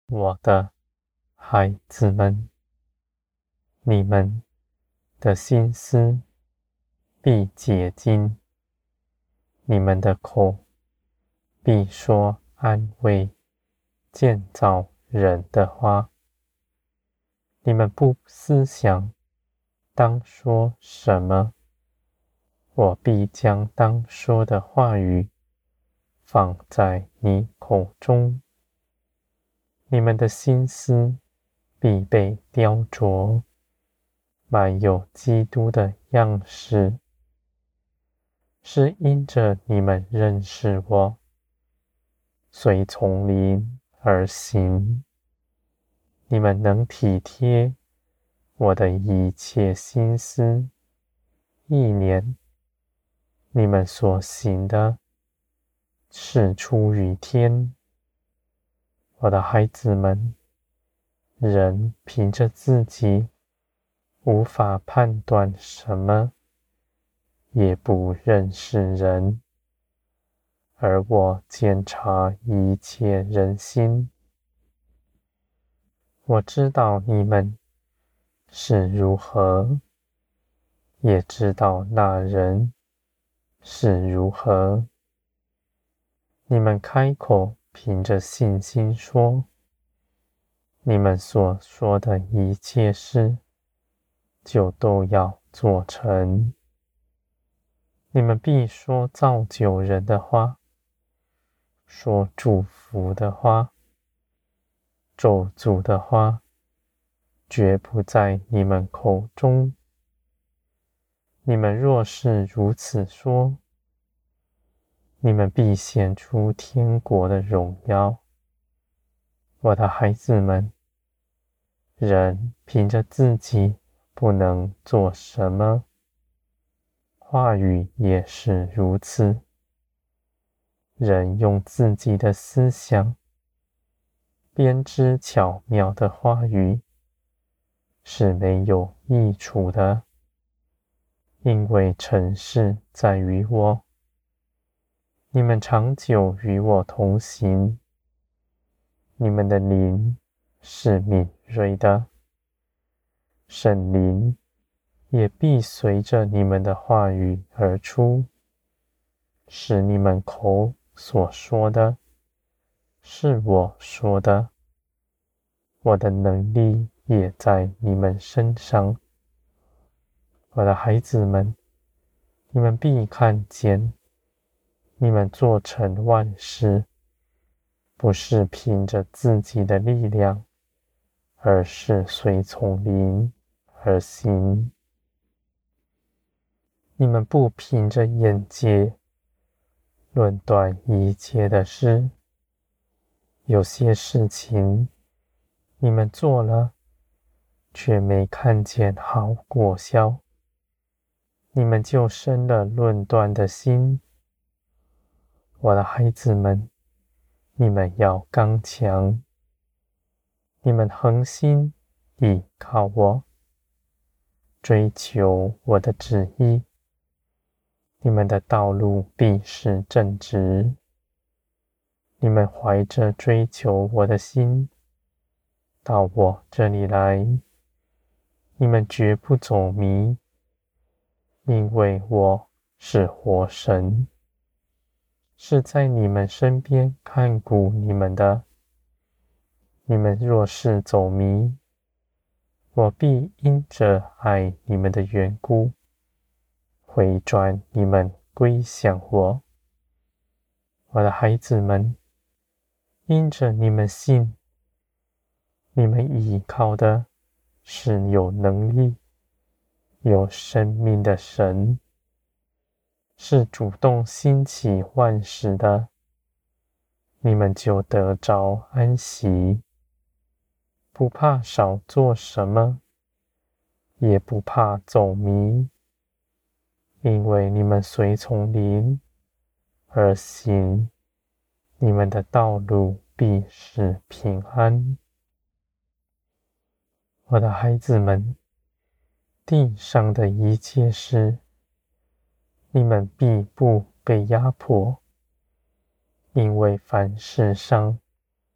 我的孩子们，你们的心思必洁净，你们的口必说安慰、建造人的话。你们不思想当说什么，我必将当说的话语放在你口中。你们的心思必被雕琢，满有基督的样式，是因着你们认识我，随从灵而行。你们能体贴我的一切心思意念，你们所行的是出于天。我的孩子们，人凭着自己无法判断什么，也不认识人，而我检察一切人心。我知道你们是如何，也知道那人是如何。你们开口凭着信心说，你们所说的一切事，就都要做成。你们必说造就人的话，说祝福的话，咒诅的话，绝不在你们口中。你们若是如此说，你们必显出天国的荣耀。我的孩子们，人凭着自己不能做什么，话语也是如此。人用自己的思想编织巧妙的话语，是没有益处的，因为诚实在于我。你们长久与我同行，你们的灵是敏锐的，圣灵也必随着你们的话语而出，使你们口所说的是我说的。我的能力也在你们身上。我的孩子们，你们必看见，你们做成万事，不是凭着自己的力量，而是随从灵而行。你们不凭着眼界论断一切的事，有些事情你们做了，却没看见好果效，你们就生了论断的心。我的孩子们，你们要刚强，你们恒心倚靠我，追求我的旨意，你们的道路必是正直。你们怀着追求我的心到我这里来，你们绝不走迷，因为我是活神，是在你们身边看顾你们的。你们若是走迷，我必因着爱你们的缘故，回转你们归向我。我的孩子们，因着你们信，你们依靠的是有能力、有生命的神，是主动兴起万事的，你们就得着安息，不怕少做什么，也不怕走迷，因为你们随从灵而行，你们的道路必是平安。我的孩子们，地上的一切事，你们必不被压迫，因为凡事上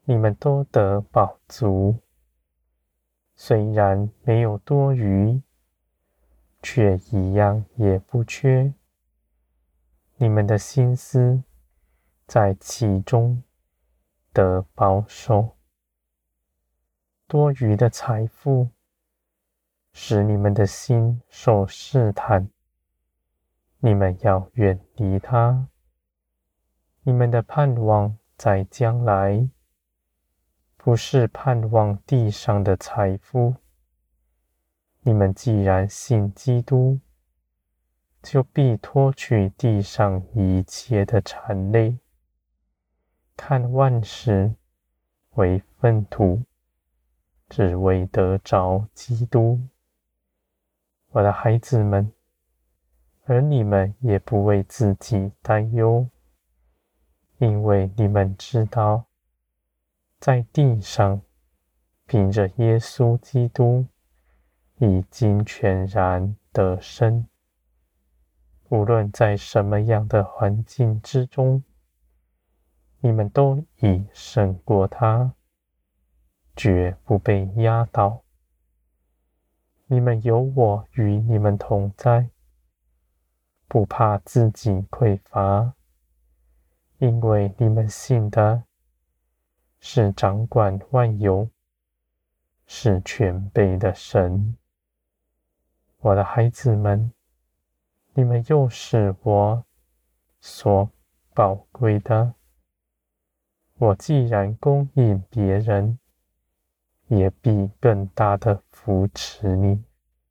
你们都得饱足，虽然没有多余，却一样也不缺。你们的心思在其中得保守。多余的财富使你们的心受试探，你们要远离它。你们的盼望在将来，不是盼望地上的财富。你们既然信基督，就必脱去地上一切的缠累，看万事为粪土，只为得着基督。我的孩子们，而你们也不为自己担忧，因为你们知道，在地上凭着耶稣基督已经全然得胜。无论在什么样的环境之中，你们都已胜过他，绝不被压倒。你们有我与你们同在，不怕自己匮乏，因为你们信的是掌管万有、是全备的神。我的孩子们，你们又是我所宝贵的。我既然供应别人，也必更大的扶持你。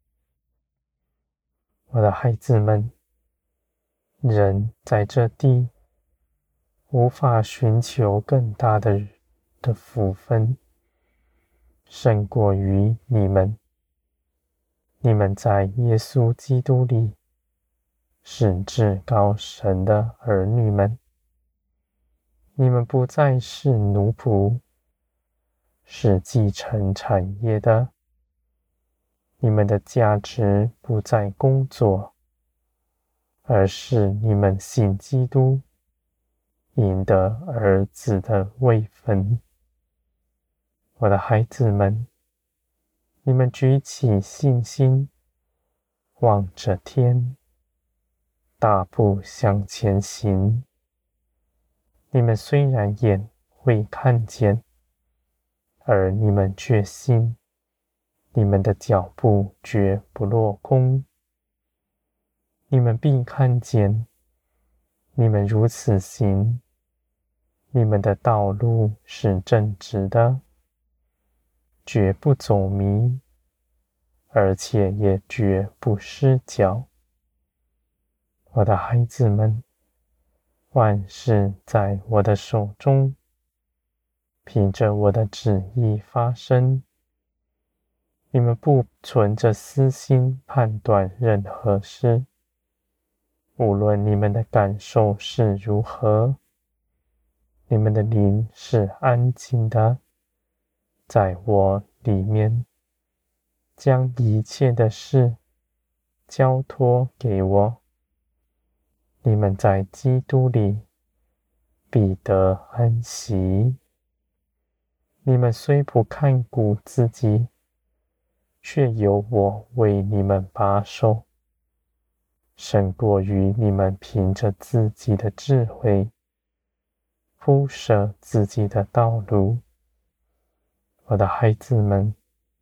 我的孩子们，人在这地无法寻求更大的福分，胜过于你们。你们在耶稣基督里是至高神的儿女们。你们不再是奴仆，是继承产业的。你们的价值不在工作，而是你们信基督，赢得儿子的位分。我的孩子们，你们举起信心，望着天，大步向前行。你们虽然眼会看见，而你们却信，你们的脚步绝不落空。你们必看见，你们如此行，你们的道路是正直的，绝不走迷，而且也绝不失脚。我的孩子们，万事在我的手中，凭着我的旨意发生。你们不存着私心判断任何事，无论你们的感受是如何，你们的灵是安静的，在我里面，将一切的事交托给我。你们在基督里必得安息。你们虽不看顾自己，却有我为你们把守，胜过于你们凭着自己的智慧铺设自己的道路。我的孩子们，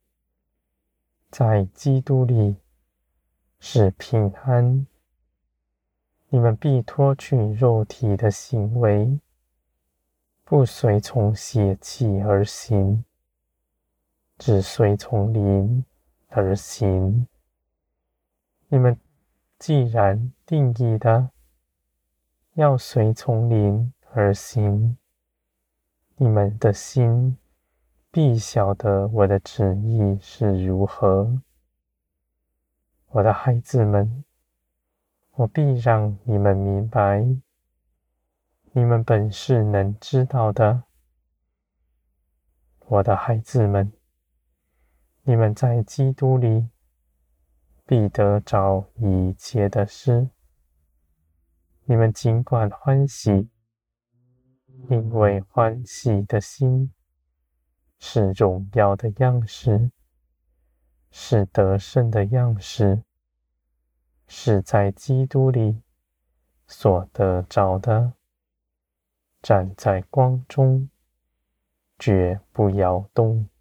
在基督里是平安。你们必脱去肉体的行为，不随从血气而行，只随从灵而行。你们既然定义的要随从灵而行，你们的心必晓得我的旨意是如何。我的孩子们，我必让你们明白，你们本是能知道的。我的孩子们，你们在基督里必得着一切的事。你们尽管欢喜，因为欢喜的心是荣耀的样式，是得胜的样式，是在基督里所得着的，站在光中，绝不摇动。